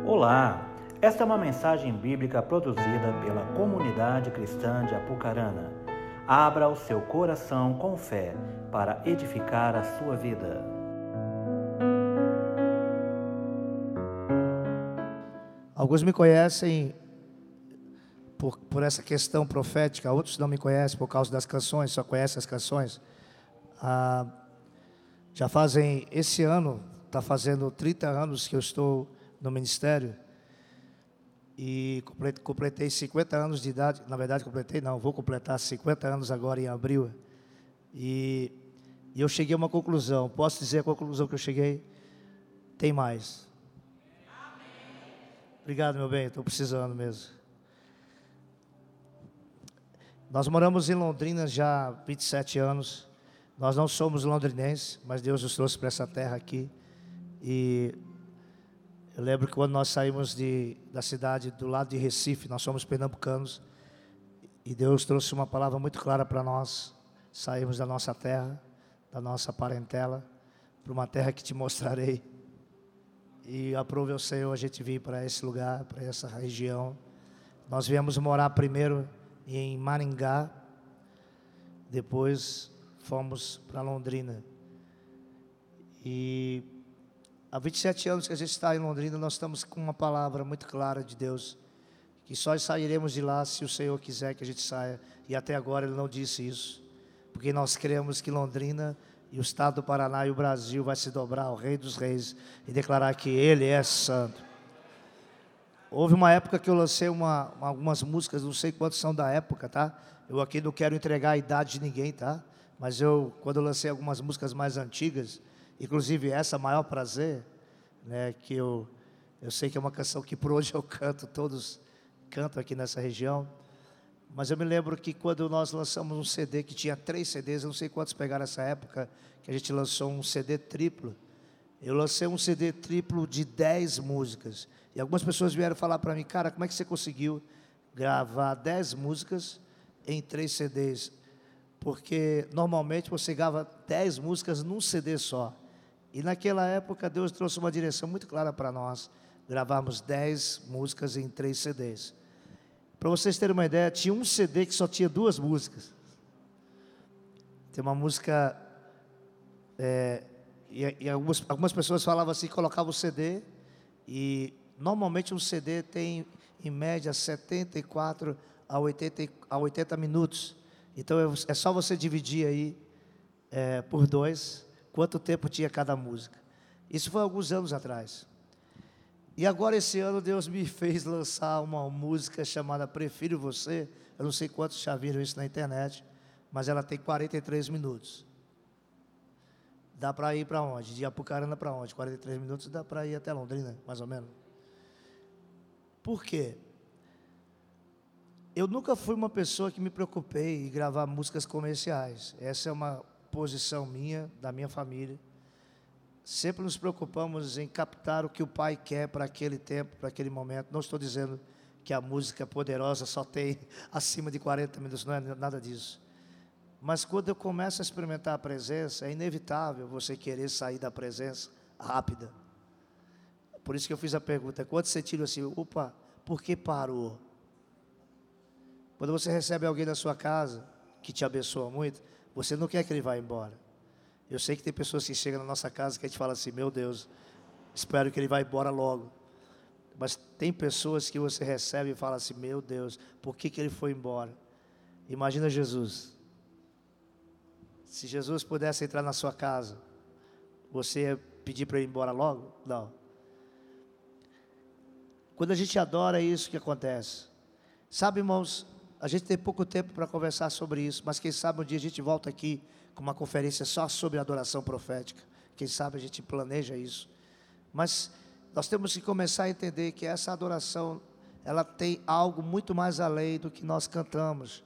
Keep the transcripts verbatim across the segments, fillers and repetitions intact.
Olá, esta é uma mensagem bíblica produzida pela Comunidade Cristã de Apucarana. Abra o seu coração com fé para edificar a sua vida. Alguns me conhecem por, por essa questão profética, outros não me conhecem por causa das canções, só conhecem as canções. Ah, já fazem, esse ano, está fazendo trinta anos que eu estou no ministério e completei cinquenta anos de idade. Na verdade completei não, vou completar cinquenta anos agora em abril. E, e eu cheguei a uma conclusão, posso dizer a conclusão que eu cheguei? Tem mais. Obrigado, meu bem, estou precisando mesmo. Nós moramos em Londrina já há vinte e sete anos. Nós não somos londrinenses, mas Deus nos trouxe para essa terra aqui. E eu lembro que quando nós saímos de, da cidade do lado de Recife, nós somos pernambucanos, e Deus trouxe uma palavra muito clara para nós. Saímos da nossa terra, da nossa parentela, para uma terra que te mostrarei. E aprove ao Senhor a gente vir para esse lugar, para essa região. Nós viemos morar primeiro em Maringá, depois fomos para Londrina. E há vinte e sete anos que a gente está em Londrina, nós estamos com uma palavra muito clara de Deus, que só sairemos de lá se o Senhor quiser que a gente saia. E até agora Ele não disse isso, porque nós cremos que Londrina e o estado do Paraná e o Brasil vai se dobrar ao Rei dos Reis e declarar que Ele é santo. Houve uma época que eu lancei uma, algumas músicas, não sei quantas são da época, tá? Eu aqui não quero entregar a idade de ninguém, tá? Mas eu, quando eu lancei algumas músicas mais antigas, inclusive essa, Maior Prazer, né? Que eu, eu sei que é uma canção que por hoje eu canto, todos cantam aqui nessa região. Mas eu me lembro que quando nós lançamos um C D, que tinha três C Ds, eu não sei quantos pegaram essa época, que a gente lançou um C D triplo. Eu lancei um C D triplo de dez músicas. E algumas pessoas vieram falar para mim, cara, como é que você conseguiu gravar dez músicas em três C Ds? Porque normalmente você grava dez músicas num C D só. E naquela época Deus trouxe uma direção muito clara para nós, gravarmos dez músicas em três C Ds. Para vocês terem uma ideia, tinha um C D que só tinha duas músicas. Tem uma música, é, e, e algumas, algumas pessoas falavam assim, colocavam o C D, e normalmente um C D tem, em média, setenta e quatro a oitenta minutos. Então é só você dividir aí é, por dois, quanto tempo tinha cada música. Isso foi alguns anos atrás. E agora esse ano Deus me fez lançar uma música chamada Prefiro Você. Eu não sei quantos já viram isso na internet, mas ela tem quarenta e três minutos. Dá para ir para onde? De Apucarana para onde? quarenta e três minutos dá para ir até Londrina, mais ou menos. Por quê? Eu nunca fui uma pessoa que me preocupei em gravar músicas comerciais. Essa é uma posição minha, da minha família. Sempre nos preocupamos em captar o que o Pai quer para aquele tempo, para aquele momento. Não estou dizendo que a música poderosa só tem acima de quarenta minutos, não é nada disso. Mas quando eu começo a experimentar a presença, é inevitável você querer sair da presença rápida. Por isso que eu fiz a pergunta, quando você tira assim, opa, por que parou? Quando você recebe alguém na sua casa, que te abençoa muito, você não quer que ele vá embora. Eu sei que tem pessoas que chegam na nossa casa que a gente fala assim, meu Deus, espero que ele vá embora logo. Mas tem pessoas que você recebe e fala assim, meu Deus, por que que ele foi embora? Imagina Jesus. Se Jesus pudesse entrar na sua casa, você ia pedir para ele ir embora logo? Não. Quando a gente adora, é isso que acontece. Sabe, irmãos, a gente tem pouco tempo para conversar sobre isso, mas quem sabe um dia a gente volta aqui com uma conferência só sobre adoração profética. Quem sabe a gente planeja isso. Mas nós temos que começar a entender que essa adoração, ela tem algo muito mais além do que nós cantamos.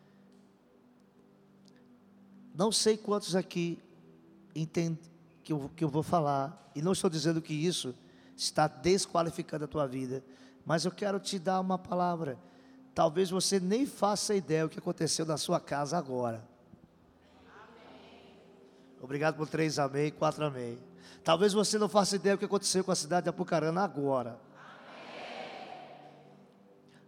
Não sei quantos aqui entendem que eu, que eu vou falar, e não estou dizendo que isso está desqualificando a tua vida, mas eu quero te dar uma palavra. Talvez você nem faça ideia do que aconteceu na sua casa agora. Amém. Obrigado por três amém, quatro amém. Talvez você não faça ideia do que aconteceu com a cidade de Apucarana agora. Amém.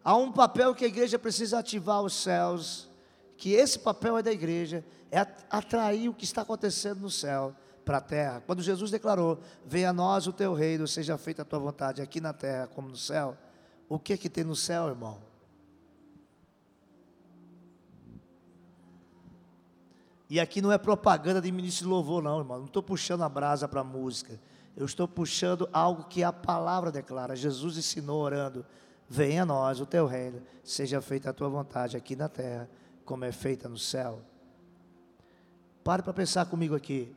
Há um papel que a igreja precisa ativar os céus, que esse papel é da igreja, é atrair o que está acontecendo no céu para a terra. Quando Jesus declarou, venha a nós o teu reino, seja feita a tua vontade aqui na terra como no céu, o que que tem no céu, irmão? E aqui não é propaganda de ministro de louvor não, irmão, não estou puxando a brasa para a música, eu estou puxando algo que a palavra declara. Jesus ensinou orando, venha a nós o teu reino, seja feita a tua vontade aqui na terra, como é feita no céu. Pare para pensar comigo aqui.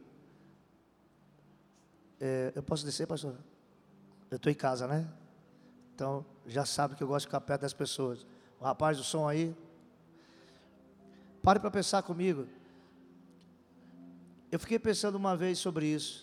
É, eu posso descer, pastor? Eu estou em casa, né? Então, já sabe que eu gosto de ficar perto das pessoas. O rapaz do som aí. Pare para pensar comigo. Eu fiquei pensando uma vez sobre isso.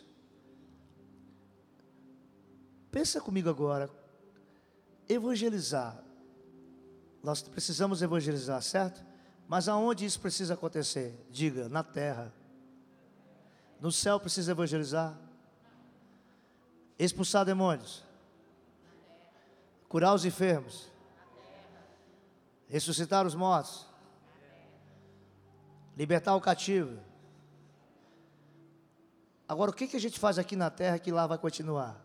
Pensa comigo agora. Evangelizar. Nós precisamos evangelizar, certo? Mas aonde isso precisa acontecer? Diga, na terra. No céu precisa evangelizar. Expulsar demônios. Curar os enfermos. Ressuscitar os mortos. Libertar o cativo. Agora, o que que a gente faz aqui na terra que lá vai continuar?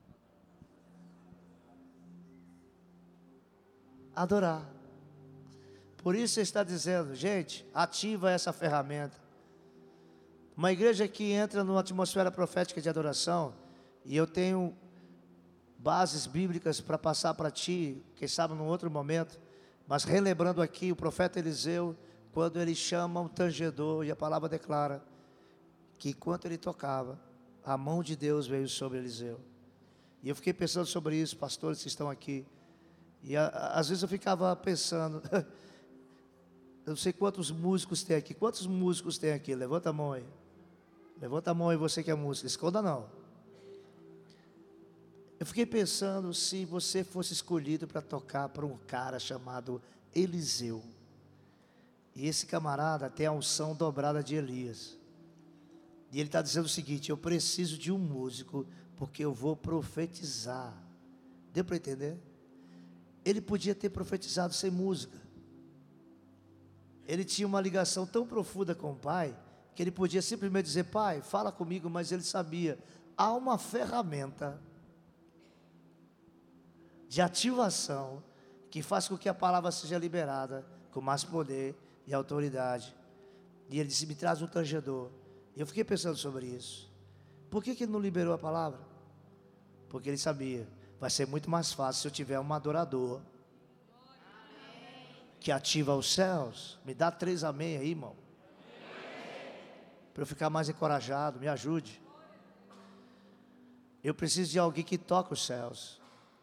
Adorar. Por isso você está dizendo, gente, ativa essa ferramenta. Uma igreja que entra numa atmosfera profética de adoração, e eu tenho bases bíblicas para passar para ti, quem sabe num outro momento, mas relembrando aqui o profeta Eliseu, quando ele chama um tangedor, e a palavra declara que enquanto ele tocava, a mão de Deus veio sobre Eliseu. E eu fiquei pensando sobre isso, pastores que estão aqui, e a, a, às vezes eu ficava pensando, eu não sei quantos músicos tem aqui, quantos músicos tem aqui? Levanta a mão aí, levanta a mão aí você que é músico, esconda não. Eu fiquei pensando se você fosse escolhido para tocar para um cara chamado Eliseu, e esse camarada tem a unção dobrada de Elias, e ele está dizendo o seguinte, eu preciso de um músico, porque eu vou profetizar. Deu para entender? Ele podia ter profetizado sem música. Ele tinha uma ligação tão profunda com o pai, que ele podia simplesmente dizer, pai, fala comigo, mas ele sabia, há uma ferramenta de ativação, que faz com que a palavra seja liberada, com mais poder e autoridade. E ele disse, me traz um tangedor. Eu fiquei pensando sobre isso. Por que que ele não liberou a palavra? Porque ele sabia, vai ser muito mais fácil se eu tiver um adorador que ativa os céus. Me dá três amém aí, irmão, para eu ficar mais encorajado, me ajude. Eu preciso de alguém que toque os céus.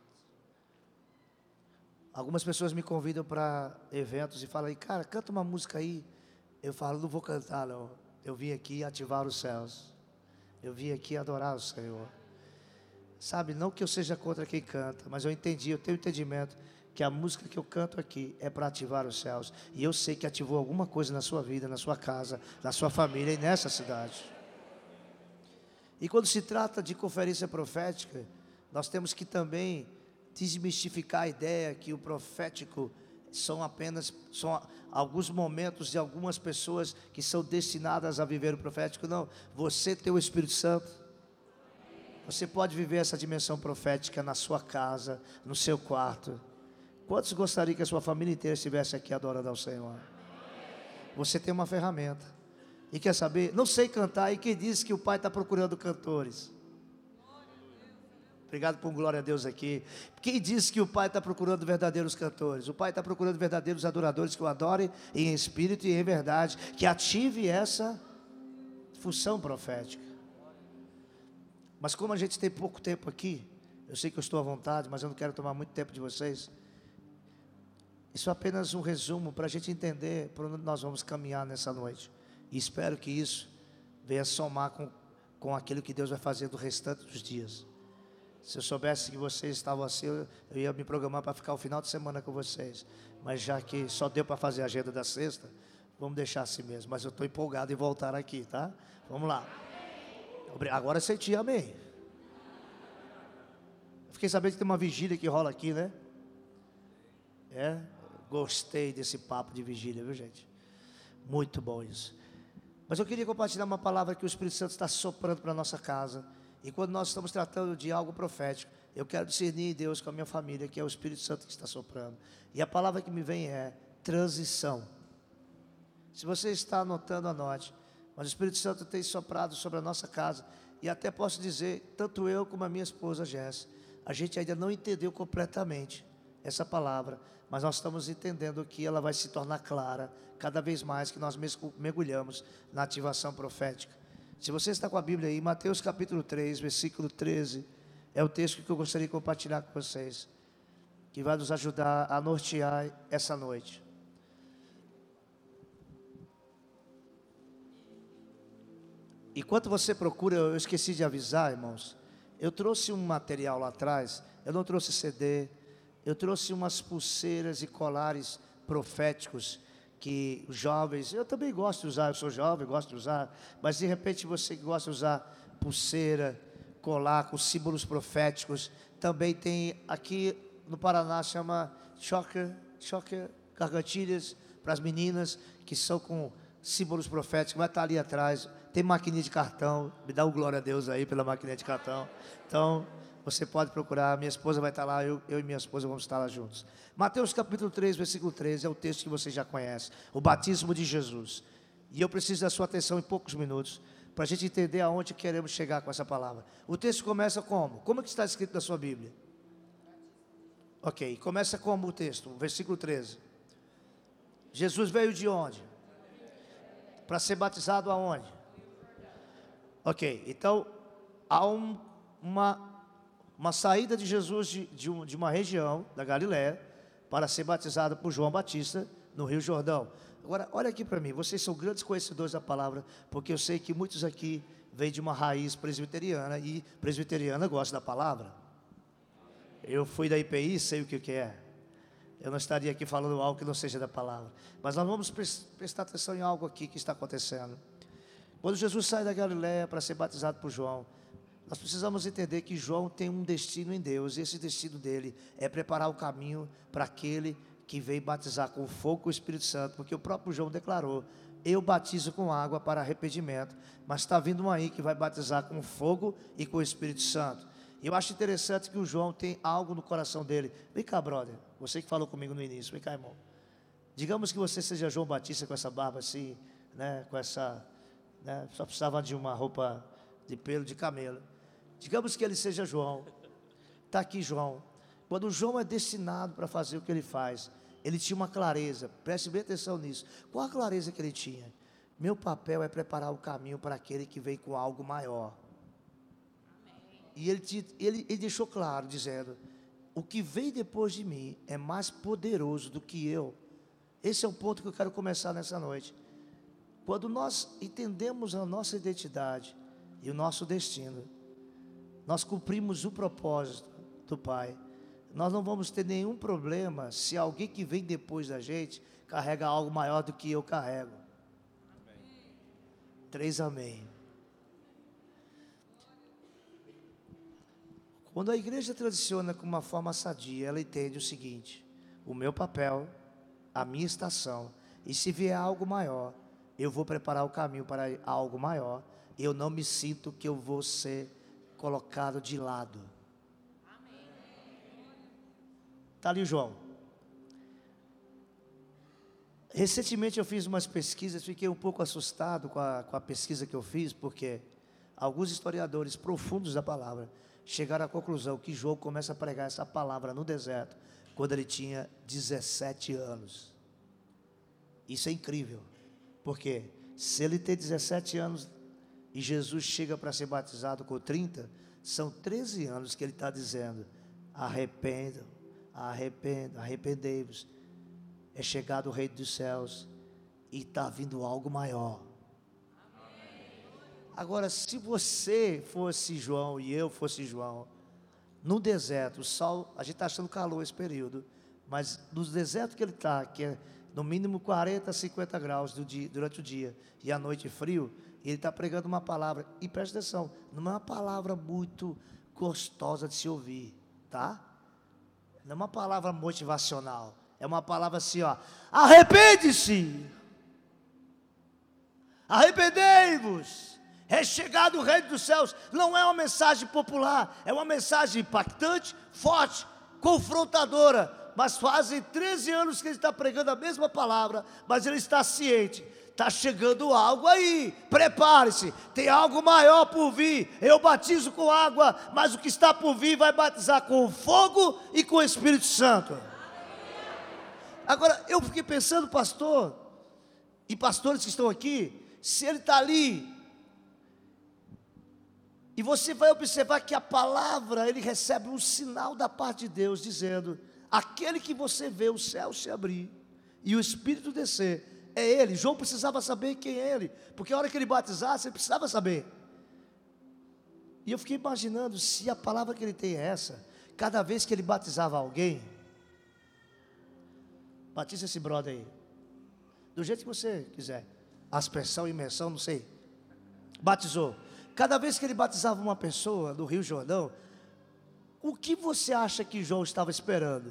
Algumas pessoas me convidam para eventos e falam, cara, canta uma música aí. Eu falo, não vou cantar não. Eu vim aqui ativar os céus. Eu vim aqui adorar o Senhor. Sabe, não que eu seja contra quem canta, mas eu entendi, eu tenho entendimento que a música que eu canto aqui é para ativar os céus. E eu sei que ativou alguma coisa na sua vida, na sua casa, na sua família e nessa cidade. E quando se trata de conferência profética, nós temos que também desmistificar a ideia que o profético são apenas são alguns momentos de algumas pessoas que são destinadas a viver o profético. Não, você tem o Espírito Santo. Você pode viver essa dimensão profética na sua casa, no seu quarto. Quantos gostariam que a sua família inteira estivesse aqui adorando ao Senhor? Você tem uma ferramenta. E quer saber? Não sei cantar. E quem disse que o Pai está procurando cantores? Obrigado por um glória a Deus aqui. Quem disse que o Pai está procurando verdadeiros cantores? O Pai está procurando verdadeiros adoradores que o adorem em espírito e em verdade, que ative essa função profética. Mas como a gente tem pouco tempo aqui, eu sei que eu estou à vontade, mas eu não quero tomar muito tempo de vocês. Isso é apenas um resumo para a gente entender por onde nós vamos caminhar nessa noite. E espero que isso venha somar com, com aquilo que Deus vai fazer do restante dos dias. Se eu soubesse que vocês estavam assim, eu, eu ia me programar para ficar o final de semana com vocês. Mas já que só deu para fazer a agenda da sexta, vamos deixar assim mesmo. Mas eu estou empolgado em voltar aqui, tá? Vamos lá. Agora senti amém. Eu fiquei sabendo que tem uma vigília que rola aqui, né? É, gostei desse papo de vigília, viu, gente? Muito bom isso. Mas eu queria compartilhar uma palavra que o Espírito Santo está soprando para a nossa casa. E quando nós estamos tratando de algo profético, eu quero discernir Deus com a minha família, que é o Espírito Santo que está soprando. E a palavra que me vem é transição. Se você está anotando, anote. Mas o Espírito Santo tem soprado sobre a nossa casa. E até posso dizer, tanto eu como a minha esposa Jess, a gente ainda não entendeu completamente essa palavra, mas nós estamos entendendo que ela vai se tornar clara cada vez mais que nós mergulhamos na ativação profética. Se você está com a Bíblia aí, Mateus capítulo três, versículo treze, é o texto que eu gostaria de compartilhar com vocês, que vai nos ajudar a nortear essa noite. Enquanto você procura, eu esqueci de avisar, irmãos, eu trouxe um material lá atrás, eu não trouxe C D, eu trouxe umas pulseiras e colares proféticos que os jovens, eu também gosto de usar, eu sou jovem, gosto de usar, mas de repente você que gosta de usar pulseira, colar com símbolos proféticos, também tem aqui no Paraná, chama choker, choker, gargantilhas para as meninas, que são com símbolos proféticos, vai estar ali atrás, tem maquininha de cartão, me dá um glória a Deus aí pela maquininha de cartão, então você pode procurar, minha esposa vai estar lá, eu, eu e minha esposa vamos estar lá juntos. Mateus capítulo três, versículo treze, é o texto que você já conhece, o batismo de Jesus. E eu preciso da sua atenção em poucos minutos, para a gente entender aonde queremos chegar com essa palavra. O texto começa como? Como é que está escrito na sua Bíblia? Ok, começa como o texto, o versículo treze. Jesus veio de onde? Para ser batizado aonde? Ok, então, há um, uma... uma saída de Jesus de, de, um, de uma região da Galiléia para ser batizado por João Batista no Rio Jordão. Agora, olha aqui para mim, vocês são grandes conhecedores da palavra, porque eu sei que muitos aqui vêm de uma raiz presbiteriana e presbiteriana gosta da palavra. Eu fui da I P I, sei o que, que é. Eu não estaria aqui falando algo que não seja da palavra. Mas nós vamos prestar atenção em algo aqui que está acontecendo. Quando Jesus sai da Galiléia para ser batizado por João, nós precisamos entender que João tem um destino em Deus, e esse destino dele é preparar o caminho para aquele que veio batizar com fogo e o Espírito Santo, porque o próprio João declarou, eu batizo com água para arrependimento, mas está vindo um aí que vai batizar com fogo e com o Espírito Santo. E eu acho interessante que o João tem algo no coração dele. Vem cá, brother, você que falou comigo no início, vem cá, irmão. Digamos que você seja João Batista com essa barba assim, né, com essa, né, só precisava de uma roupa de pelo de camelo. Digamos que ele seja João. Está aqui João. Quando João é destinado para fazer o que ele faz, ele tinha uma clareza. Preste bem atenção nisso. Qual a clareza que ele tinha? Meu papel é preparar o caminho para aquele que vem com algo maior. E ele, ele, ele deixou claro, dizendo, o que vem depois de mim é mais poderoso do que eu. Esse é o ponto que eu quero começar nessa noite. Quando nós entendemos a nossa identidade e o nosso destino, nós cumprimos o propósito do Pai. Nós não vamos ter nenhum problema se alguém que vem depois da gente carrega algo maior do que eu carrego. Amém. Três amém. Quando a igreja transiciona com uma forma sadia, ela entende o seguinte, o meu papel, a minha estação, e se vier algo maior, eu vou preparar o caminho para algo maior, e eu não me sinto que eu vou ser colocado de lado. Está ali o João. Recentemente eu fiz umas pesquisas, fiquei um pouco assustado com a, com a pesquisa que eu fiz, porque alguns historiadores profundos da palavra chegaram à conclusão que João começa a pregar essa palavra no deserto quando ele tinha dezessete anos. Isso é incrível, porque se ele tem dezessete anos e Jesus chega para ser batizado com trinta, são treze anos que ele está dizendo, arrependam, arrependam, arrependei-vos, é chegado o Rei dos Céus e está vindo algo maior. Agora, se você fosse João e eu fosse João, no deserto, o sol, a gente está achando calor esse período, mas no deserto que ele está, que é no mínimo quarenta, cinquenta graus do dia, durante o dia, e à noite frio, ele está pregando uma palavra, e presta atenção, não é uma palavra muito gostosa de se ouvir, tá? Não é uma palavra motivacional, É uma palavra assim, ó. Arrepende-se. Arrependei-vos. É chegado o reino dos céus. Não é uma mensagem popular, é uma mensagem impactante, forte, confrontadora. Mas fazem treze anos que ele está pregando a mesma palavra, mas ele está ciente. Está chegando algo aí, prepare-se, tem algo maior por vir. Eu batizo com água, mas o que está por vir vai batizar com fogo e com o Espírito Santo. Agora, eu fiquei pensando, pastor, e pastores que estão aqui, se ele está ali, e você vai observar que a palavra, ele recebe um sinal da parte de Deus, dizendo, aquele que você vê o céu se abrir, e o Espírito descer, é ele. João precisava saber quem é ele, porque a hora que ele batizasse, ele precisava saber. E eu fiquei imaginando, se a palavra que ele tem é essa, cada vez que ele batizava alguém, batiza esse brother aí, do jeito que você quiser, aspersão, imersão, não sei, batizou, cada vez que ele batizava uma pessoa do Rio Jordão, o que você acha que João estava esperando?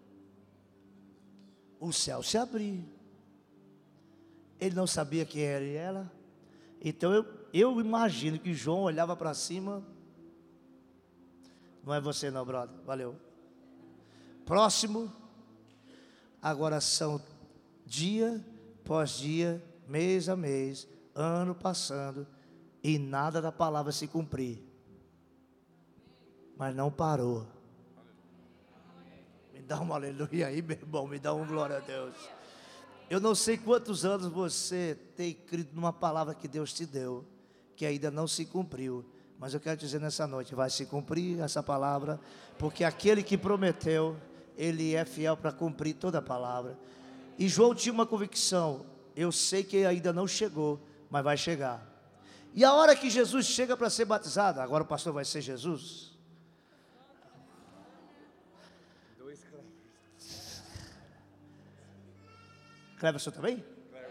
O céu se abrir. Ele não sabia quem era ela. Então eu, eu imagino que João olhava para cima. Não é você não, brother, valeu. Próximo. Agora são dia após dia, mês a mês, ano passando, e nada da palavra se cumprir. Mas não parou. Me dá um aleluia aí, meu irmão, me dá um glória a Deus. Eu não sei quantos anos você tem crido numa palavra que Deus te deu, que ainda não se cumpriu, mas eu quero dizer nessa noite, vai se cumprir essa palavra, porque aquele que prometeu, ele é fiel para cumprir toda a palavra. E João tinha uma convicção, eu sei que ainda não chegou, mas vai chegar. E a hora que Jesus chega para ser batizado, agora o pastor vai ser Jesus. Cleverson também?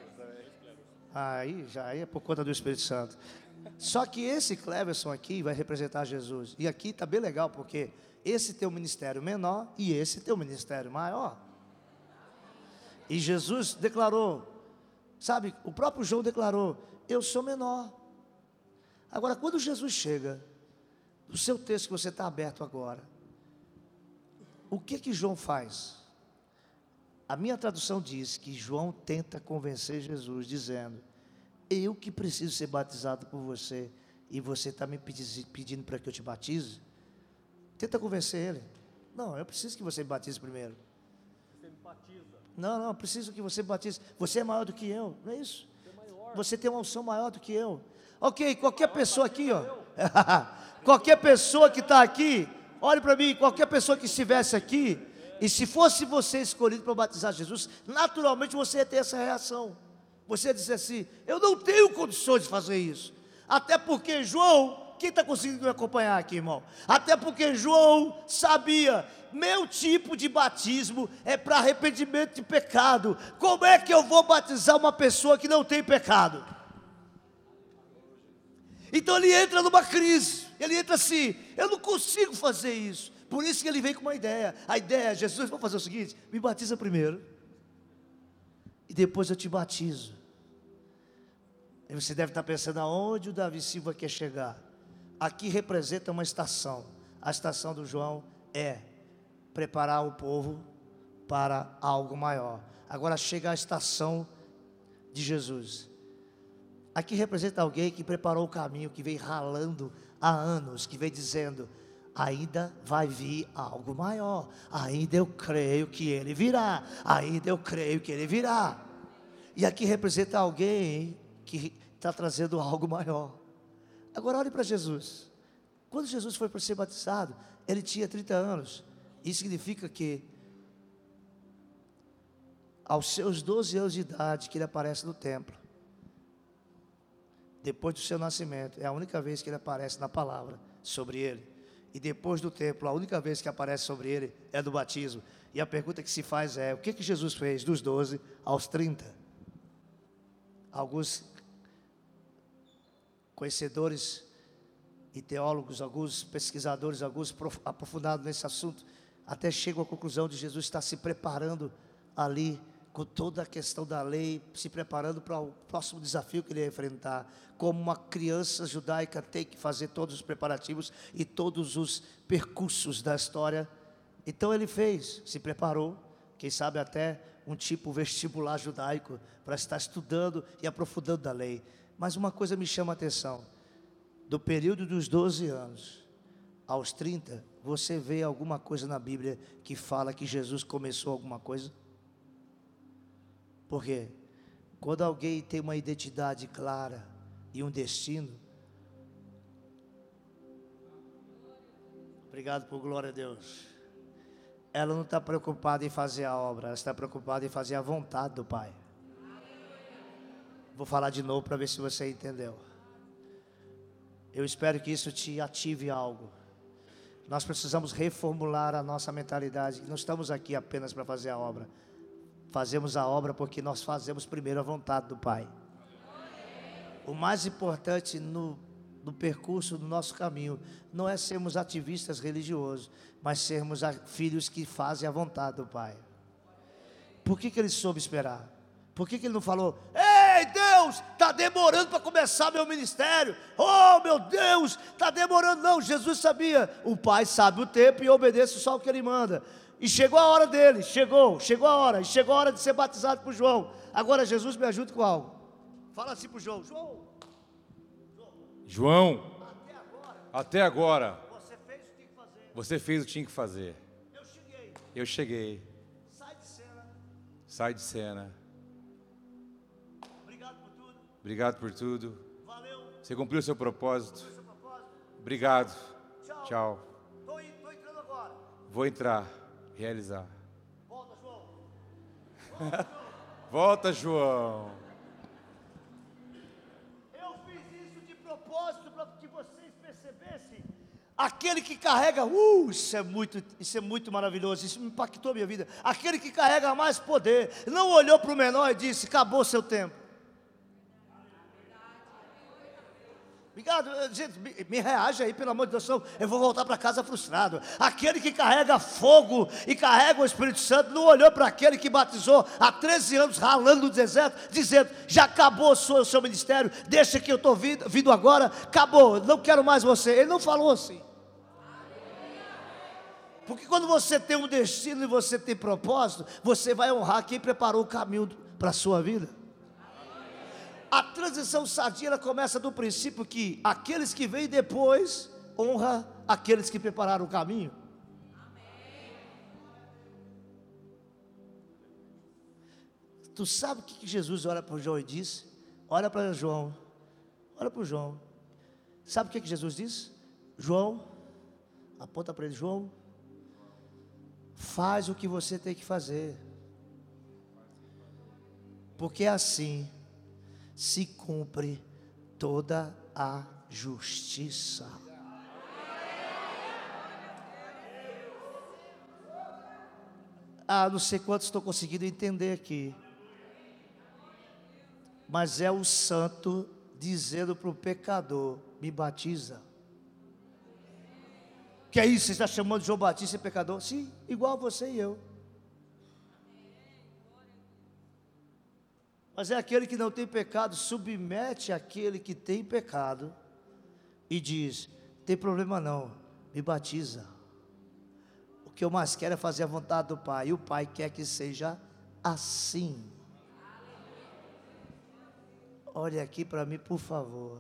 Aí, já é por conta do Espírito Santo. Só que esse Cleverson aqui vai representar Jesus. E aqui está bem legal, porque esse tem um ministério menor e esse tem um ministério maior. E Jesus declarou, sabe, o próprio João declarou, eu sou menor. Agora, quando Jesus chega, no seu texto que você está aberto agora, o que que João faz? A minha tradução diz que João tenta convencer Jesus, dizendo, eu que preciso ser batizado por você, e você está me pedindo para que eu te batize? Tenta convencer ele. Não, eu preciso que você me batize primeiro. Você me batiza? Não, não, eu preciso que você me batize. Você é maior do que eu, não é isso? Você é maior. Você tem uma unção maior do que eu. Ok, qualquer pessoa aqui, ó, qualquer pessoa que está aqui, olhe para mim, qualquer pessoa que estivesse aqui, e se fosse você escolhido para batizar Jesus, naturalmente você ia ter essa reação. Você ia dizer assim, eu não tenho condições de fazer isso. Até porque João, quem está conseguindo me acompanhar aqui, irmão? Até porque João sabia, meu tipo de batismo é para arrependimento de pecado. Como é que eu vou batizar uma pessoa que não tem pecado? Então ele entra numa crise, ele entra assim, eu não consigo fazer isso. Por isso que ele vem com uma ideia. A ideia é, Jesus, vamos fazer o seguinte, me batiza primeiro, e depois eu te batizo. E você deve estar pensando, aonde o Davi Silva quer chegar? Aqui representa uma estação. A estação do João é preparar o povo para algo maior. Agora chega a estação de Jesus. Aqui representa alguém que preparou o caminho, que vem ralando há anos, que vem dizendo, ainda vai vir algo maior, ainda eu creio que ele virá, ainda eu creio que ele virá. E aqui representa alguém que está trazendo algo maior. Agora olhe para Jesus. Quando Jesus foi para ser batizado, ele tinha trinta anos. Isso significa que aos seus doze anos de idade que ele aparece no templo, depois do seu nascimento, é a única vez que ele aparece na palavra sobre ele. E depois do templo, a única vez que aparece sobre ele é do batismo. E a pergunta que se faz é, o que que Jesus fez dos doze aos trinta? Alguns conhecedores e teólogos, alguns pesquisadores, alguns aprofundados nesse assunto, até chegam à conclusão de Jesus estar se preparando ali com toda a questão da lei, se preparando para o próximo desafio que ele ia enfrentar. Como uma criança judaica tem que fazer todos os preparativos e todos os percursos da história. Então ele fez, se preparou, quem sabe até um tipo vestibular judaico, para estar estudando e aprofundando da lei. Mas uma coisa me chama a atenção: do período dos doze anos aos trinta, você vê alguma coisa na Bíblia que fala que Jesus começou alguma coisa? Por quê? Quando alguém tem uma identidade clara e um destino, obrigado por glória a Deus, ela não está preocupada em fazer a obra, ela está preocupada em fazer a vontade do Pai. Vou falar de novo para ver se você entendeu. Eu espero que isso te ative algo. Nós precisamos reformular a nossa mentalidade. Não estamos aqui apenas para fazer a obra. Fazemos a obra porque nós fazemos primeiro a vontade do Pai. O mais importante no, no percurso do nosso caminho não é sermos ativistas religiosos, mas sermos a, filhos que fazem a vontade do Pai. Por que que ele soube esperar? Por que que ele não falou: ei Deus, está demorando para começar meu ministério, oh meu Deus, está demorando? Não, Jesus sabia, o Pai sabe o tempo e obedece só o que ele manda. E chegou a hora dele, chegou, chegou a hora, e chegou a hora de ser batizado por João. Agora Jesus me ajuda com algo. Fala assim para o João: João, João, até agora, até agora você fez o que tinha que fazer. você fez o que tinha que fazer. Eu cheguei, Eu cheguei. sai de cena, Sai de cena. obrigado por tudo, Obrigado por tudo. valeu, Você cumpriu o seu propósito. seu propósito, Obrigado. tchau, Tchau. Estou entrando agora, Vou entrar, realizar. volta João. Volta, João. Eu fiz isso de propósito para que vocês percebessem. Aquele que carrega, uh, isso é muito, isso é muito maravilhoso, isso impactou a minha vida. Aquele que carrega mais poder, não olhou para o menor e disse: acabou seu tempo. Obrigado, gente, me, me reage aí, pelo amor de Deus, eu vou voltar para casa frustrado. Aquele que carrega fogo e carrega o Espírito Santo não olhou para aquele que batizou há treze anos ralando no deserto, dizendo: já acabou o seu, o seu ministério, deixa que eu estou vindo, vindo agora, acabou, não quero mais você. Ele não falou assim. Porque quando você tem um destino e você tem propósito, você vai honrar quem preparou o caminho para a sua vida. A transição sadia, ela começa do princípio que aqueles que vêm depois honra aqueles que prepararam o caminho. Tu sabe o que Jesus olha para João e disse? Olha para João, olha para o João. Sabe o que Jesus disse? João, aponta para ele: João, faz o que você tem que fazer, porque assim se cumpre toda a justiça. Ah, não sei quantos estou conseguindo entender aqui, mas é o santo dizendo para o pecador: me batiza. Que é isso? Você está chamando de João Batista de pecador? Sim, igual você e eu. Mas é aquele que não tem pecado, submete aquele que tem pecado e diz: tem problema não, me batiza. O que eu mais quero é fazer a vontade do Pai, e o Pai quer que seja assim. Olha aqui para mim, por favor.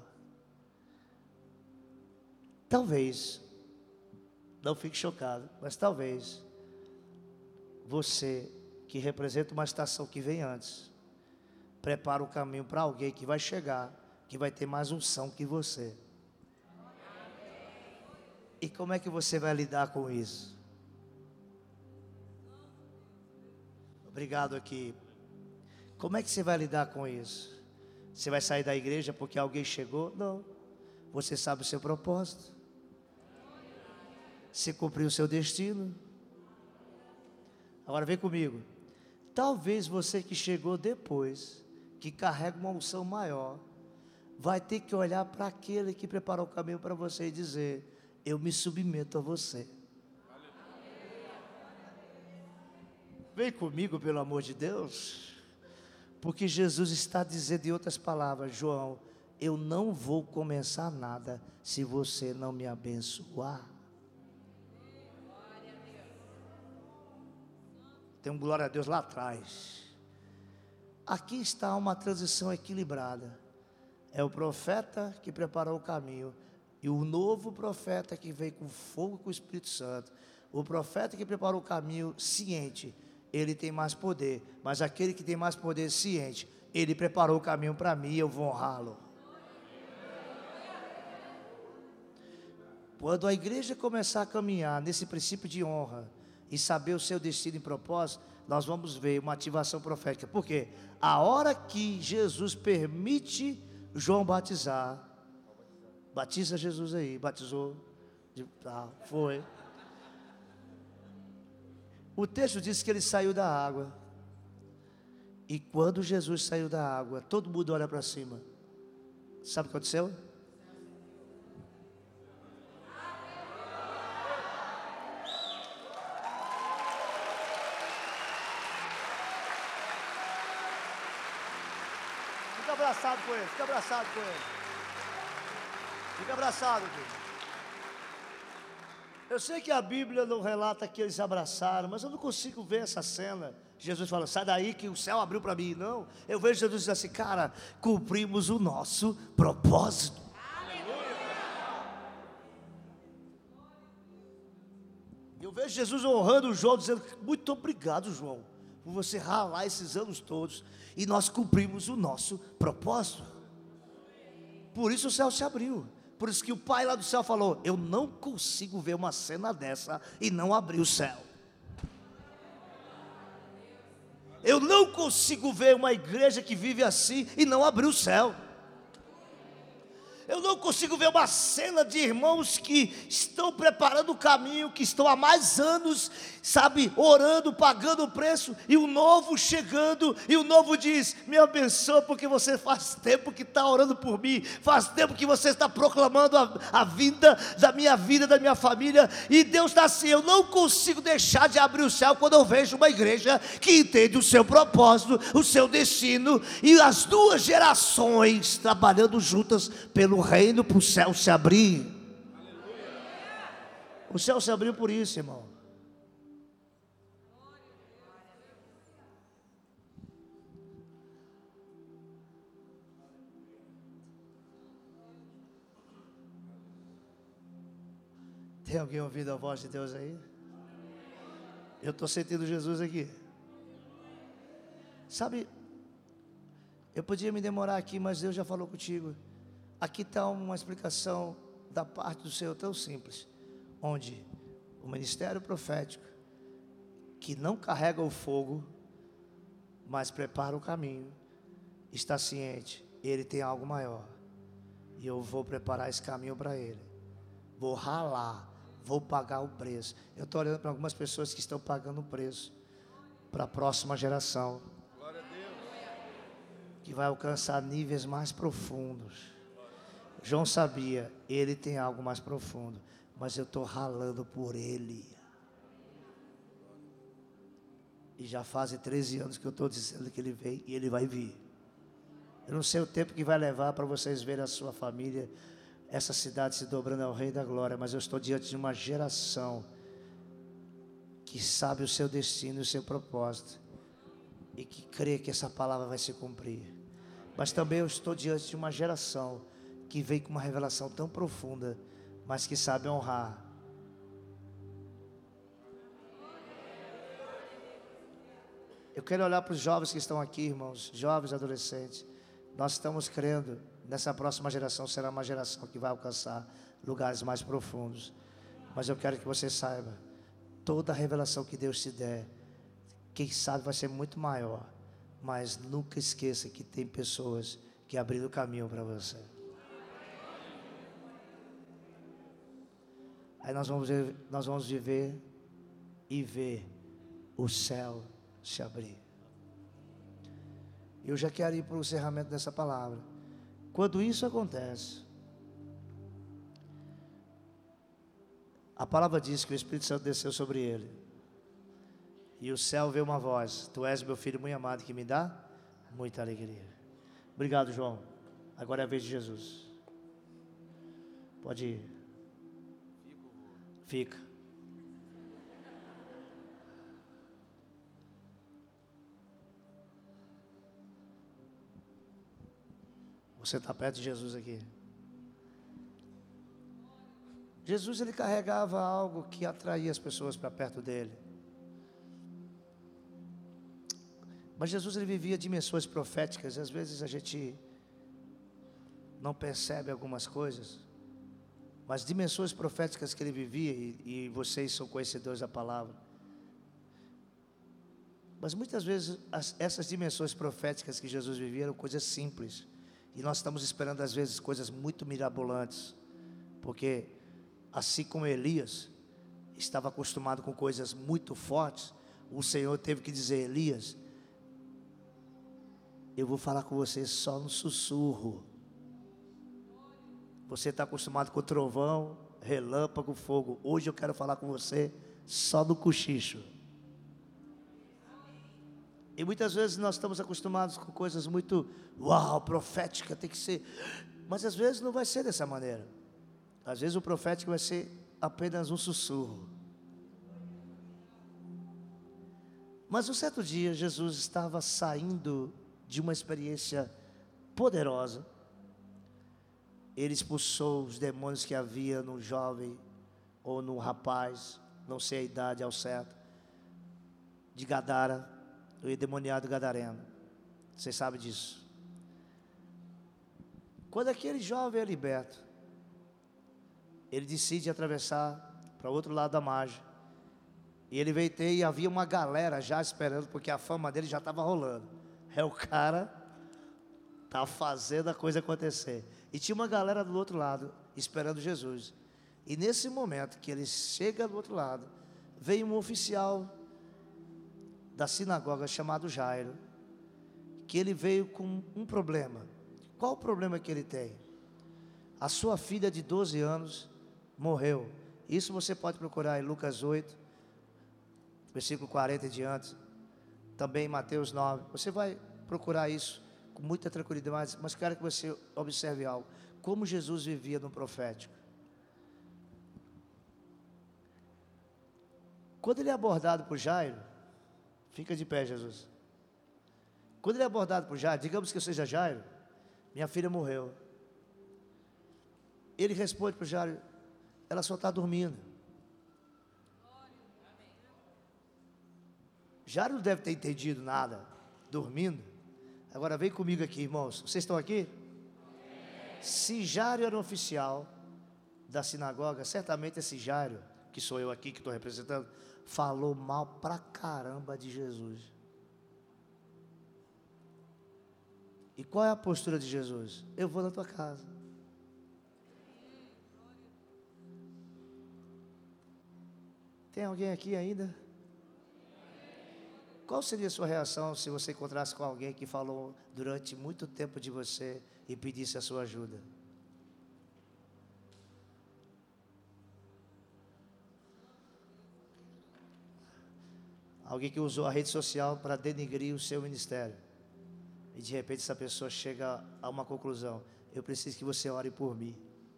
Talvez, não fique chocado, mas talvez você, que representa uma estação que vem antes, prepara o caminho para alguém que vai chegar, que vai ter mais unção que você. E como é que você vai lidar com isso? Obrigado aqui. Como é que você vai lidar com isso? Você vai sair da igreja porque alguém chegou? Não. Você sabe o seu propósito. Você cumpriu o seu destino. Agora vem comigo. Talvez você que chegou depois, que carrega uma unção maior, vai ter que olhar para aquele que preparou o caminho para você e dizer: eu me submeto a você. Vem comigo, pelo amor de Deus. Porque Jesus está dizendo em outras palavras: João, eu não vou começar nada se você não me abençoar. Tem um glória a Deus lá atrás. Aqui está uma transição equilibrada. É o profeta que preparou o caminho e o novo profeta que veio com fogo, com o Espírito Santo. O profeta que preparou o caminho ciente, ele tem mais poder. Mas aquele que tem mais poder ciente, ele preparou o caminho para mim e eu vou honrá-lo. Quando a igreja começar a caminhar nesse princípio de honra e saber o seu destino e propósito, nós vamos ver uma ativação profética. Por quê? A hora que Jesus permite João batizar, batiza Jesus aí, batizou, ah, foi. O texto diz que ele saiu da água. E quando Jesus saiu da água, todo mundo olha para cima. Sabe o que aconteceu? Fica abraçado com ele, fica abraçado com ele. Fica abraçado com ele. Eu sei que a Bíblia não relata que eles se abraçaram, mas eu não consigo ver essa cena. Jesus fala: sai daí que o céu abriu para mim. Não, eu vejo Jesus dizer assim: cara, cumprimos o nosso propósito. Eu vejo Jesus honrando o João, dizendo: muito obrigado, João, por você ralar esses anos todos, e nós cumprimos o nosso propósito. Por isso o céu se abriu. Por isso que o pai lá do céu falou: eu não consigo ver uma cena dessa e não abrir o céu. Eu não consigo ver uma igreja que vive assim e não abrir o céu. Eu não consigo ver uma cena de irmãos que estão preparando o caminho, que estão há mais anos, sabe, orando, pagando o preço, e o novo chegando, e o novo diz: me abençoa, porque você faz tempo que está orando por mim, faz tempo que você está proclamando a, a vinda da minha vida, da minha família, e Deus está assim. Eu não consigo deixar de abrir o céu quando eu vejo uma igreja que entende o seu propósito, o seu destino, e as duas gerações trabalhando juntas pelo o reino, para o céu se abrir. O céu se abriu por isso, irmão. Tem alguém ouvindo a voz de Deus aí? Eu estou sentindo Jesus aqui. Sabe, eu podia me demorar aqui, mas Deus já falou contigo. Aqui está uma explicação da parte do Senhor tão simples, onde o ministério profético, que não carrega o fogo, mas prepara o caminho, está ciente, ele tem algo maior, e eu vou preparar esse caminho para ele, vou ralar, vou pagar o preço. Eu estou olhando para algumas pessoas que estão pagando o preço, para a próxima geração, glória a Deus, que vai alcançar níveis mais profundos. João sabia, ele tem algo mais profundo, mas eu estou ralando por ele. E já fazem treze anos que eu estou dizendo que ele vem e ele vai vir. Eu não sei o tempo que vai levar para vocês verem a sua família, essa cidade se dobrando ao Rei da Glória, mas eu estou diante de uma geração que sabe o seu destino e o seu propósito, e que crê que essa palavra vai se cumprir. Mas também eu estou diante de uma geração que veio com uma revelação tão profunda, mas que sabe honrar. Eu quero olhar para os jovens que estão aqui, irmãos, jovens, adolescentes. Nós estamos crendo, nessa próxima geração será uma geração que vai alcançar lugares mais profundos. Mas eu quero que você saiba, toda a revelação que Deus te der, quem sabe vai ser muito maior. Mas nunca esqueça que tem pessoas que abriram o caminho para você. Aí nós vamos, ver, nós vamos viver e ver o céu se abrir. Eu já quero ir para o encerramento dessa palavra. Quando isso acontece, a palavra diz que o Espírito Santo desceu sobre ele. E o céu vê uma voz: tu és meu filho muito amado, que me dá muita alegria. Obrigado, João. Agora é a vez de Jesus. Pode ir. Fica. Você está perto de Jesus aqui. Jesus, ele carregava algo que atraía as pessoas para perto dele. Mas Jesus, ele vivia dimensões proféticas. Às vezes a gente não percebe algumas coisas, mas dimensões proféticas que ele vivia, e, e vocês são conhecedores da palavra. Mas muitas vezes as, essas dimensões proféticas que Jesus vivia eram coisas simples, e nós estamos esperando às vezes coisas muito mirabolantes, porque assim como Elias estava acostumado com coisas muito fortes, o Senhor teve que dizer: Elias, eu vou falar com você só no sussurro. Você está acostumado com trovão, relâmpago, fogo. Hoje eu quero falar com você só no cochicho. E muitas vezes nós estamos acostumados com coisas muito, uau, profética, tem que ser. Mas às vezes não vai ser dessa maneira. Às vezes o profético vai ser apenas um sussurro. Mas um certo dia Jesus estava saindo de uma experiência poderosa. Ele expulsou os demônios que havia no jovem ou no rapaz, não sei a idade ao certo, de Gadara, o endemoniado gadareno. Vocês sabem disso. Quando aquele jovem é liberto, ele decide atravessar para o outro lado da margem. E ele veio ter, e havia uma galera já esperando, porque a fama dele já estava rolando. É, o cara está fazendo a coisa acontecer. E tinha uma galera do outro lado esperando Jesus. E nesse momento que ele chega do outro lado, veio um oficial da sinagoga chamado Jairo, que ele veio com um problema. Qual o problema que ele tem? A sua filha de doze anos morreu. Isso você pode procurar em Lucas oito, versículo quarenta e diante, também em Mateus nove. Você vai procurar isso com muita tranquilidade, mas quero que você observe algo: como Jesus vivia no profético. Quando ele é abordado por Jairo, fica de pé, Jesus. Quando ele é abordado por Jairo, digamos que eu seja Jairo, minha filha morreu. Ele responde para o Jairo: ela só está dormindo. Jairo não deve ter entendido nada, dormindo. Agora vem comigo aqui, irmãos. Vocês estão aqui? Se Jairo era um oficial da sinagoga, certamente esse Jairo, que sou eu aqui que estou representando, falou mal pra caramba de Jesus. E qual é a postura de Jesus? Eu vou na tua casa. Tem alguém aqui ainda? Qual seria a sua reação se você encontrasse com alguém que falou durante muito tempo de você e pedisse a sua ajuda? Alguém que usou a rede social para denigrir o seu ministério. E de repente essa pessoa chega a uma conclusão: eu preciso que você ore por mim.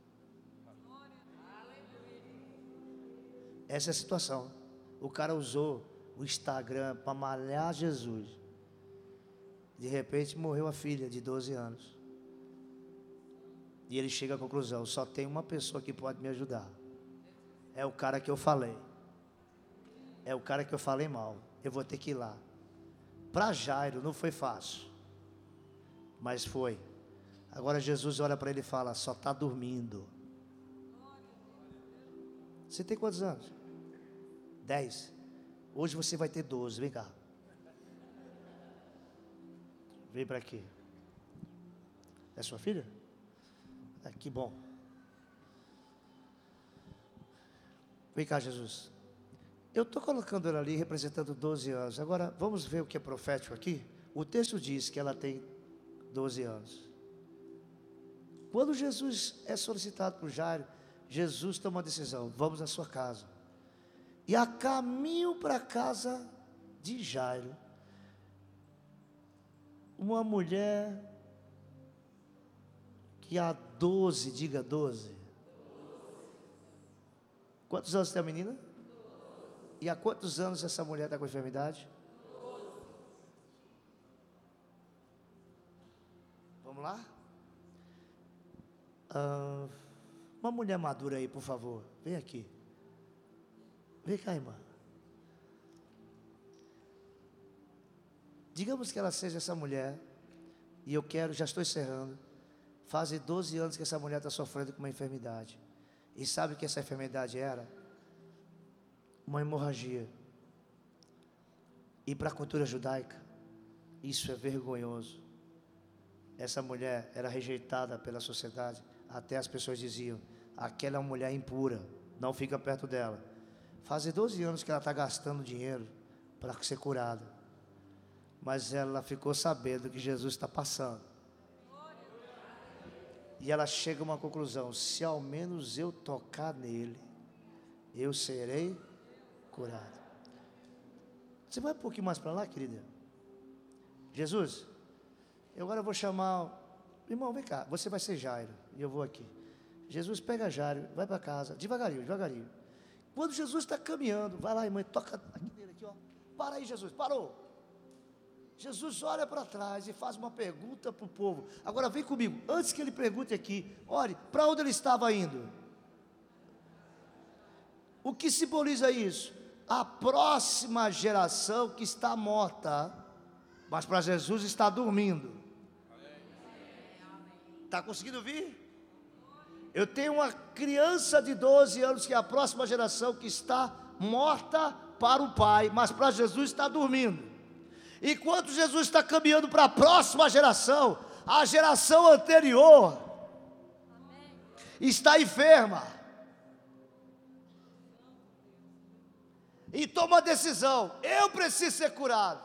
Essa é a situação. O cara usou o Instagram para malhar Jesus. De repente morreu a filha de doze anos. E ele chega à conclusão: só tem uma pessoa que pode me ajudar. É o cara que eu falei. É o cara que eu falei mal. Eu vou ter que ir lá. Para Jairo não foi fácil, mas foi. Agora Jesus olha para ele e fala: só está dormindo. Você tem quantos anos? Dez. Hoje você vai ter doze. Vem cá. Vem para aqui. É sua filha? Ah, que bom. Vem cá, Jesus. Eu estou colocando ela ali representando doze anos. Agora vamos ver o que é profético aqui. O texto diz que ela tem doze anos. Quando Jesus é solicitado por Jairo, Jesus toma uma decisão: vamos na sua casa. E a caminho para casa de Jairo, uma mulher que há doze, diga doze. Quantos anos tem a menina? E há quantos anos essa mulher está com enfermidade? Vamos lá? Ah, uma mulher madura aí, por favor. Vem aqui. Vem cá, irmã. Digamos que ela seja essa mulher, e eu quero, já estou encerrando, faz doze anos que essa mulher está sofrendo com uma enfermidade. E sabe o que essa enfermidade era? Uma hemorragia. E para a cultura judaica, isso é vergonhoso. Essa mulher era rejeitada pela sociedade. Até as pessoas diziam, aquela é uma mulher impura, não fica perto dela. Faz doze anos que ela está gastando dinheiro para ser curada. Mas ela ficou sabendo que Jesus está passando. E ela chega a uma conclusão: se ao menos eu tocar nele, eu serei curado. Você vai um pouquinho mais para lá, querida? Jesus, eu agora vou chamar... Irmão, vem cá, você vai ser Jairo, e eu vou aqui. Jesus, pega Jairo, vai para casa, devagarinho, devagarinho. Quando Jesus está caminhando, vai lá, irmã, toca aqui nele, aqui, ó. Para aí, Jesus, parou. Jesus olha para trás e faz uma pergunta para o povo. Agora vem comigo, antes que ele pergunte aqui, olhe, para onde ele estava indo? O que simboliza isso? A próxima geração que está morta, mas para Jesus está dormindo. Está conseguindo vir? Eu tenho uma criança de doze anos que é a próxima geração que está morta para o Pai, mas para Jesus está dormindo. Enquanto Jesus está caminhando para a próxima geração, a geração anterior está enferma e toma a decisão: eu preciso ser curado.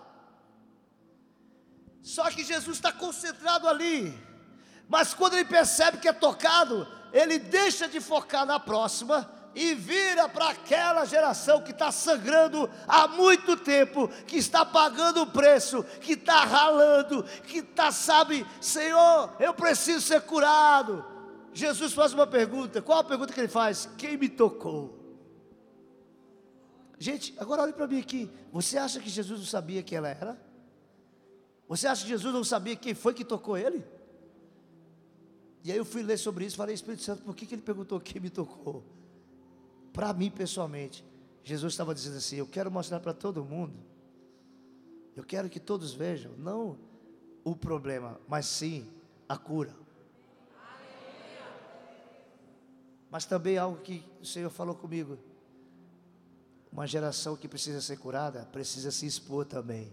Só que Jesus está concentrado ali, mas quando ele percebe que é tocado, ele deixa de focar na próxima e vira para aquela geração que está sangrando há muito tempo, que está pagando o preço, que está ralando, que está, sabe, Senhor, eu preciso ser curado. Jesus faz uma pergunta. Qual a pergunta que ele faz? Quem me tocou? Gente, agora olhe para mim aqui. Você acha que Jesus não sabia quem ela era? Você acha que Jesus não sabia quem foi que tocou ele? E aí eu fui ler sobre isso e falei: Espírito Santo, por que, que ele perguntou quem me tocou? Para mim pessoalmente, Jesus estava dizendo assim: eu quero mostrar para todo mundo, eu quero que todos vejam, não o problema, mas sim a cura. Mas também algo que o Senhor falou comigo: uma geração que precisa ser curada, precisa se expor também.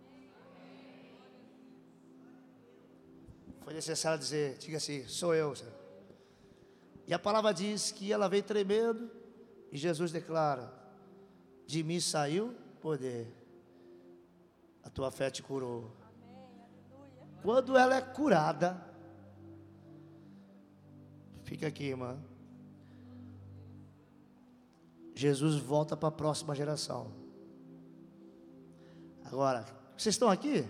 Foi necessário dizer, diga assim: sou eu, Senhor. E a palavra diz que ela veio tremendo, e Jesus declara: de mim saiu poder, a tua fé te curou. Quando ela é curada, fica aqui, irmã, Jesus volta para a próxima geração. Agora, vocês estão aqui?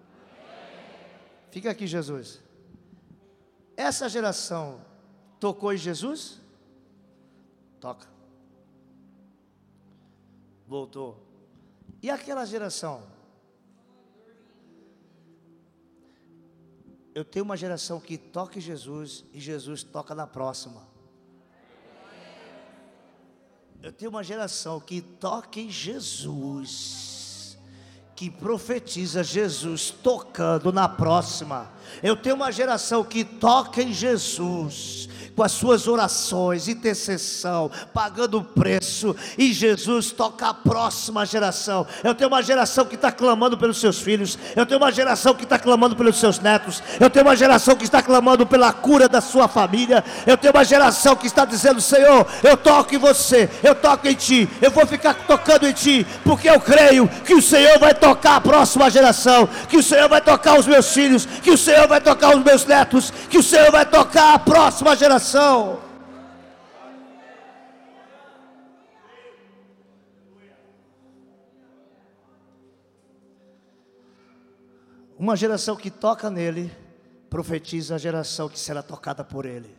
Fica aqui, Jesus. Essa geração tocou em Jesus? Toca. Voltou. E aquela geração? Eu tenho uma geração que toca em Jesus e Jesus toca na próxima. Eu tenho uma geração que toca em Jesus, que profetiza Jesus tocando na próxima. Eu tenho uma geração que toca em Jesus, com as suas orações, intercessão, pagando o preço, e Jesus toca a próxima geração. Eu tenho uma geração que está clamando pelos seus filhos, eu tenho uma geração que está clamando pelos seus netos, eu tenho uma geração que está clamando pela cura da sua família, eu tenho uma geração que está dizendo: Senhor, eu toco em você, eu toco em ti, eu vou ficar tocando em ti, porque eu creio que o Senhor vai tocar a próxima geração, que o Senhor vai tocar os meus filhos, que o Senhor vai tocar os meus netos, que o Senhor vai tocar a próxima geração. Uma geração que toca nele, profetiza a geração que será tocada por ele.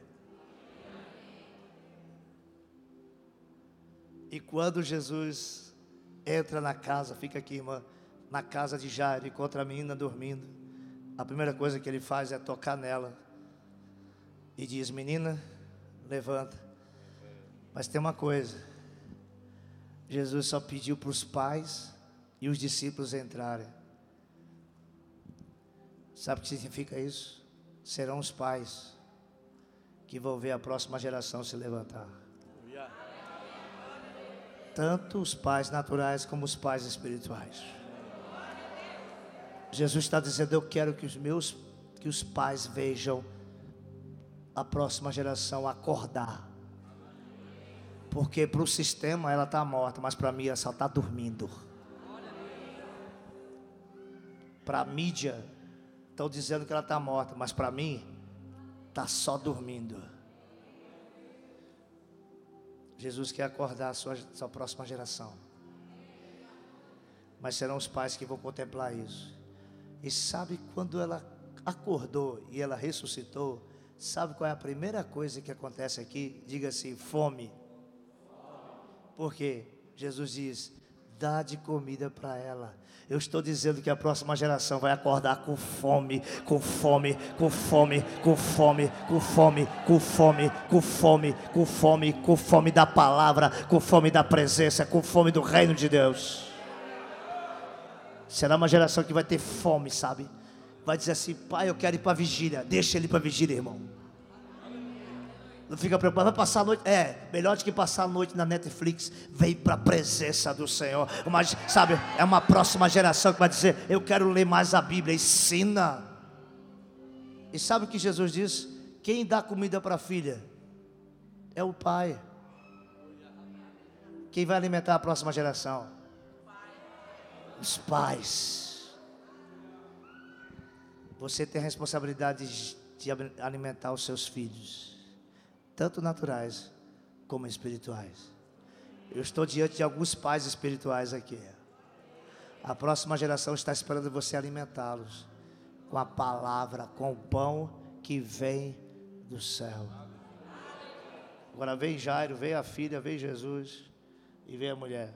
E quando Jesus entra na casa, fica aqui, irmã, na casa de Jairo, encontra a menina dormindo, a primeira coisa que ele faz é tocar nela e diz: menina, levanta. Mas tem uma coisa, Jesus só pediu para os pais e os discípulos entrarem. Sabe o que significa isso? Serão os pais que vão ver a próxima geração se levantar. Tanto os pais naturais como os pais espirituais. Jesus está dizendo: eu quero que os meus, que os pais vejam a próxima geração acordar. Porque para o sistema ela está morta, mas para mim ela só está dormindo. Para a mídia estão dizendo que ela está morta, mas para mim está só dormindo. Jesus quer acordar a sua, sua próxima geração. Mas serão os pais que vão contemplar isso. E sabe quando ela acordou e ela ressuscitou? Sabe qual é a primeira coisa que acontece aqui? Diga assim: fome. Por quê? Jesus diz: dá de comida para ela. Eu estou dizendo que a próxima geração vai acordar com fome, com fome, com fome, com fome, com fome, com fome, com fome, com fome, com fome da palavra, com fome da presença, com fome do reino de Deus. Será uma geração que vai ter fome, sabe? Vai dizer assim: pai, eu quero ir para a vigília. Deixa ele ir para a vigília, irmão. Não fica preocupado, vai passar a noite. É, melhor do que passar a noite na Netflix. Vem para a presença do Senhor. Mas, sabe, é uma próxima geração que vai dizer: eu quero ler mais a Bíblia. Ensina. E sabe o que Jesus diz? Quem dá comida para a filha é o pai. Quem vai alimentar a próxima geração? Os pais. Você tem a responsabilidade de alimentar os seus filhos, tanto naturais como espirituais. Eu estou diante de alguns pais espirituais aqui. A próxima geração está esperando você alimentá-los com a palavra, com o pão que vem do céu. Agora vem Jairo, vem a filha, vem Jesus e vem a mulher.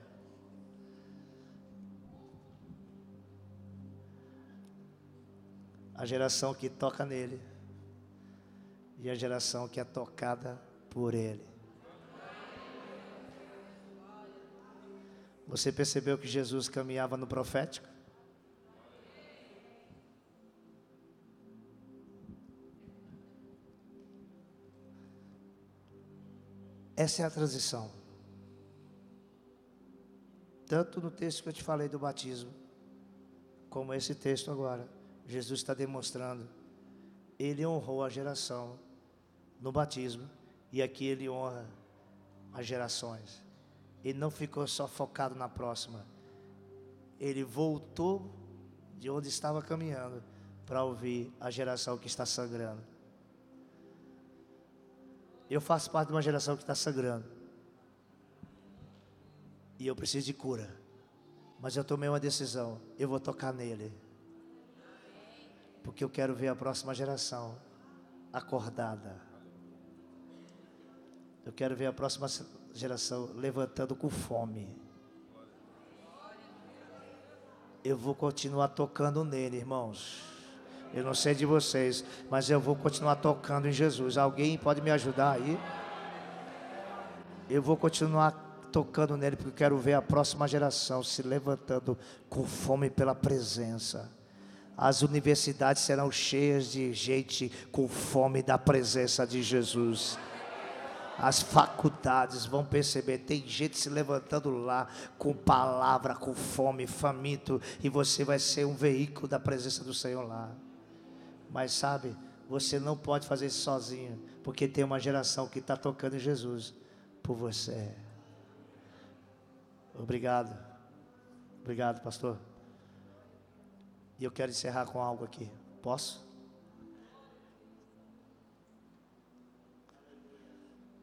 A geração que toca nele e a geração que é tocada por ele. Você percebeu que Jesus caminhava no profético? Essa é a transição. Tanto no texto que eu te falei do batismo, como esse texto agora. Jesus está demonstrando, ele honrou a geração no batismo, e aqui ele honra as gerações. Ele não ficou só focado na próxima, ele voltou de onde estava caminhando para ouvir a geração que está sangrando. Eu faço parte de uma geração que está sangrando, e eu preciso de cura, mas eu tomei uma decisão: eu vou tocar nele, porque eu quero ver a próxima geração acordada. Eu quero ver a próxima geração levantando com fome. Eu vou continuar tocando nele, irmãos. Eu não sei de vocês, mas eu vou continuar tocando em Jesus. Alguém pode me ajudar aí? Eu vou continuar tocando nele, porque eu quero ver a próxima geração se levantando com fome pela presença. As universidades serão cheias de gente com fome da presença de Jesus. As faculdades vão perceber, tem gente se levantando lá com palavra, com fome, faminto, e você vai ser um veículo da presença do Senhor lá. Mas sabe, você não pode fazer isso sozinho, porque tem uma geração que está tocando em Jesus por você. Obrigado. Obrigado, pastor. E eu quero encerrar com algo aqui. Posso?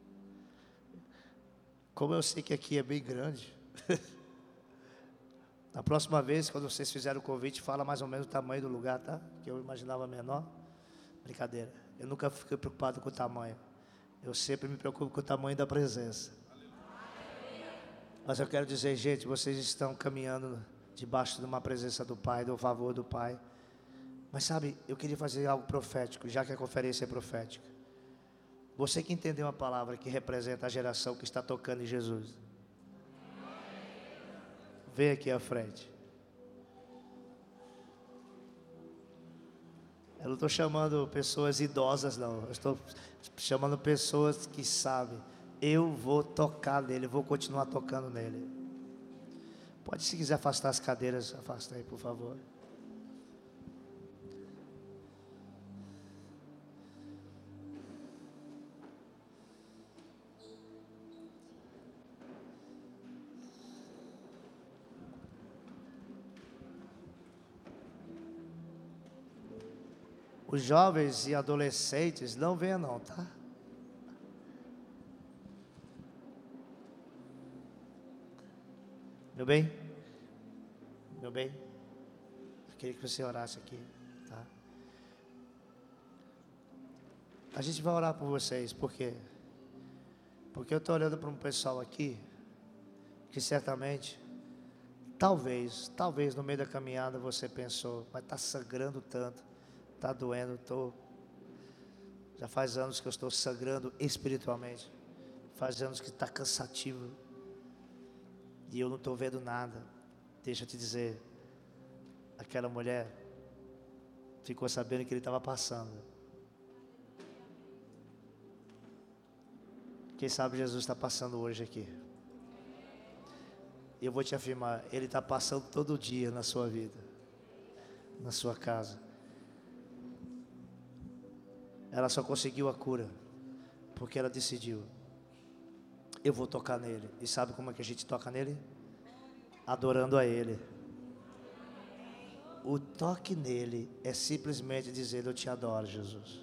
Como eu sei que aqui é bem grande, Na próxima vez, quando vocês fizerem o convite, fala mais ou menos o tamanho do lugar, tá? Que eu imaginava menor. Brincadeira. Eu nunca fiquei preocupado com o tamanho. Eu sempre me preocupo com o tamanho da presença. Mas eu quero dizer, gente, vocês estão caminhando debaixo de uma presença do Pai, do favor do Pai. Mas sabe, eu queria fazer algo profético, já que a conferência é profética. Você que entendeu a palavra que representa a geração que está tocando em Jesus, vem aqui à frente. Eu não estou chamando pessoas idosas, não. Eu estou chamando pessoas que sabem. Eu vou tocar nele, vou continuar tocando nele. Pode, se quiser afastar as cadeiras, afasta aí, por favor. Os jovens e adolescentes não venham não, tá? Meu bem? Meu bem? Eu queria que você orasse aqui, tá? A gente vai orar por vocês, por quê? Porque eu estou olhando para um pessoal aqui, que certamente, talvez, talvez no meio da caminhada você pensou, mas está sangrando tanto. Está doendo, tô, já faz anos que eu estou sangrando espiritualmente, faz anos que está cansativo, e eu não estou vendo nada. Deixa eu te dizer, aquela mulher ficou sabendo que ele estava passando. Quem sabe Jesus está passando hoje aqui. E eu vou te afirmar, Ele está passando todo dia na sua vida, na sua casa. Ela só conseguiu a cura porque ela decidiu, eu vou tocar nele. E sabe como é que a gente toca nele? Adorando a Ele. O toque nele é simplesmente dizer, eu te adoro, Jesus.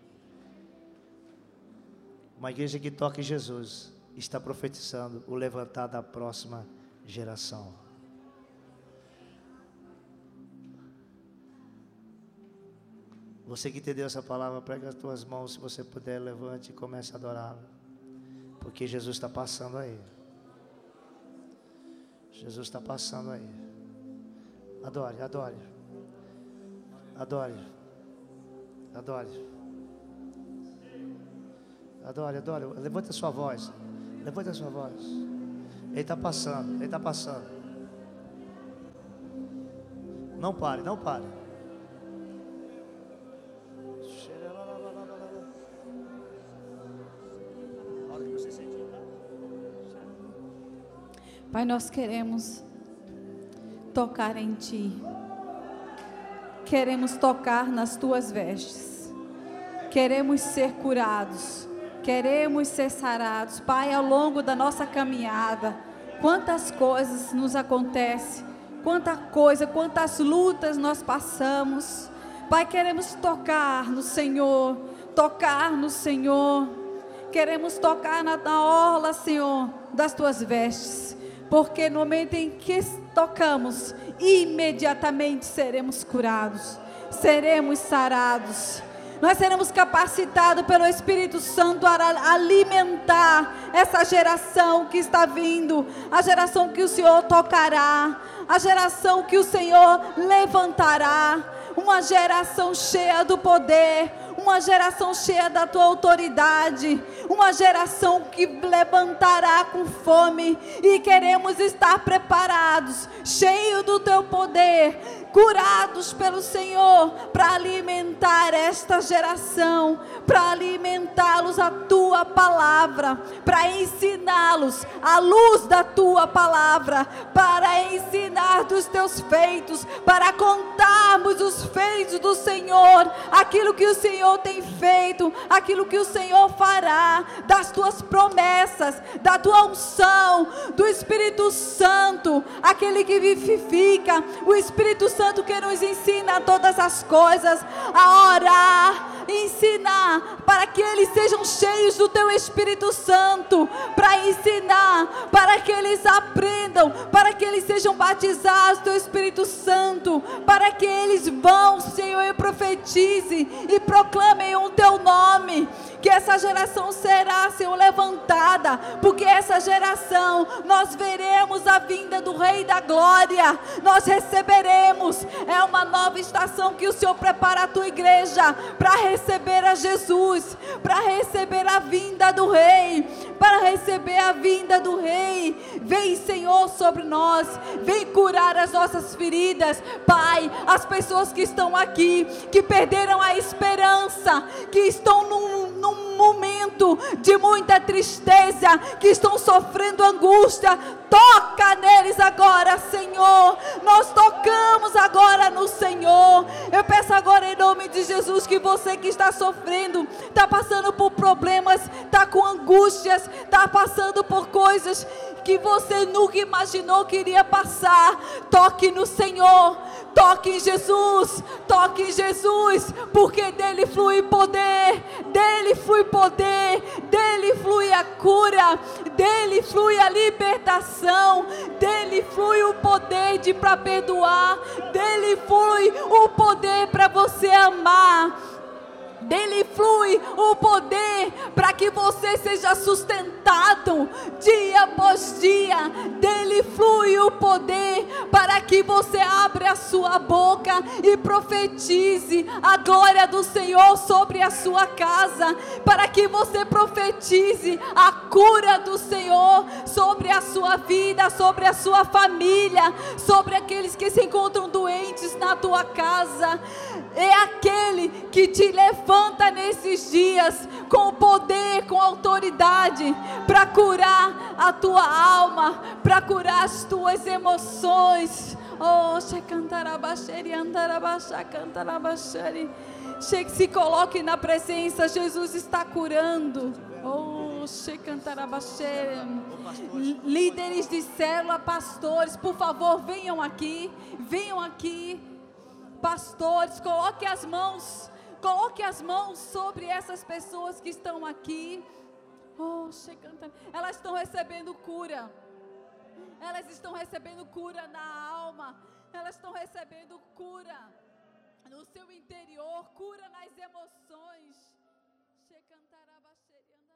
Uma igreja que toca em Jesus está profetizando o levantar da próxima geração. Você que entendeu essa palavra, prega as tuas mãos, se você puder, levante e comece a adorá-lo. Porque Jesus está passando aí. Jesus está passando aí. Adore, adore. Adore. Adore. Adore, adore. Levante a sua voz. Levante a sua voz. Ele está passando, Ele está passando. Não pare, não pare. Pai, nós queremos tocar em Ti. Queremos tocar nas Tuas vestes. Queremos ser curados. Queremos ser sarados. Pai, ao longo da nossa caminhada, quantas coisas nos acontecem, quanta coisa, quantas lutas nós passamos. Pai, queremos tocar no Senhor, tocar no Senhor. Queremos tocar na, na orla, Senhor, das Tuas vestes. Porque no momento em que tocamos, imediatamente seremos curados, seremos sarados. Nós seremos capacitados pelo Espírito Santo para alimentar essa geração que está vindo, a geração que o Senhor tocará, a geração que o Senhor levantará, uma geração cheia do poder, uma geração cheia da tua autoridade, uma geração que levantará com fome, e queremos estar preparados, cheios do teu poder, curados pelo Senhor, para alimentar esta geração, para alimentá-los a tua palavra, para ensiná-los a luz da tua palavra, para ensinar dos teus feitos, para contarmos os feitos do Senhor, aquilo que o Senhor tem feito, aquilo que o Senhor fará, das tuas promessas, da tua unção, do Espírito Santo, aquele que vivifica, o Espírito Santo que nos ensina todas as coisas, a orar, ensinar, para que eles sejam cheios do teu Espírito Santo, para ensinar, para que eles aprendam, para que eles sejam batizados do Espírito Santo, para que eles vão, Senhor, e profetizem e proclamem o Teu nome, que essa geração será, Senhor, levantada, porque essa geração, nós veremos a vinda do Rei da Glória, nós receberemos, é uma nova estação que o Senhor prepara a Tua igreja, para receber a Jesus, para receber a vinda do Rei, para receber a vinda do Rei. Vem, Senhor, sobre nós, vem curar as nossas feridas, Pai, as pessoas que estão aqui, que perderam a esperança, que estão num, num momento de muita tristeza, que estão sofrendo angústia, toca neles agora, Senhor. Nós tocamos agora no Senhor. Eu peço agora em nome de Jesus, que você que está sofrendo, está passando por problemas, está com angústias, está passando por coisas que você nunca imaginou que iria passar, toque no Senhor, toque em Jesus, toque em Jesus, porque dele flui poder, dele flui poder, dele flui a cura, dele flui a libertação, dele flui o poder de para perdoar, dele flui o poder para você amar, dele flui o poder para que você seja sustentado dia após dia, dele flui o poder para que você abra a sua boca e profetize a glória do Senhor sobre a sua casa, para que você profetize a cura do Senhor sobre a sua vida, sobre a sua família, sobre aqueles que se encontram doentes na tua casa. É aquele que te levanta nesses dias com poder, com autoridade, para curar a tua alma, para curar as tuas emoções. Oh, se coloque na presença, Jesus está curando. Oh, líderes de célula, pastores, por favor, venham aqui, venham aqui. Pastores, coloque as mãos, coloque as mãos sobre essas pessoas que estão aqui. Oh, elas estão recebendo cura, elas estão recebendo cura na alma, elas estão recebendo cura no seu interior, cura nas emoções.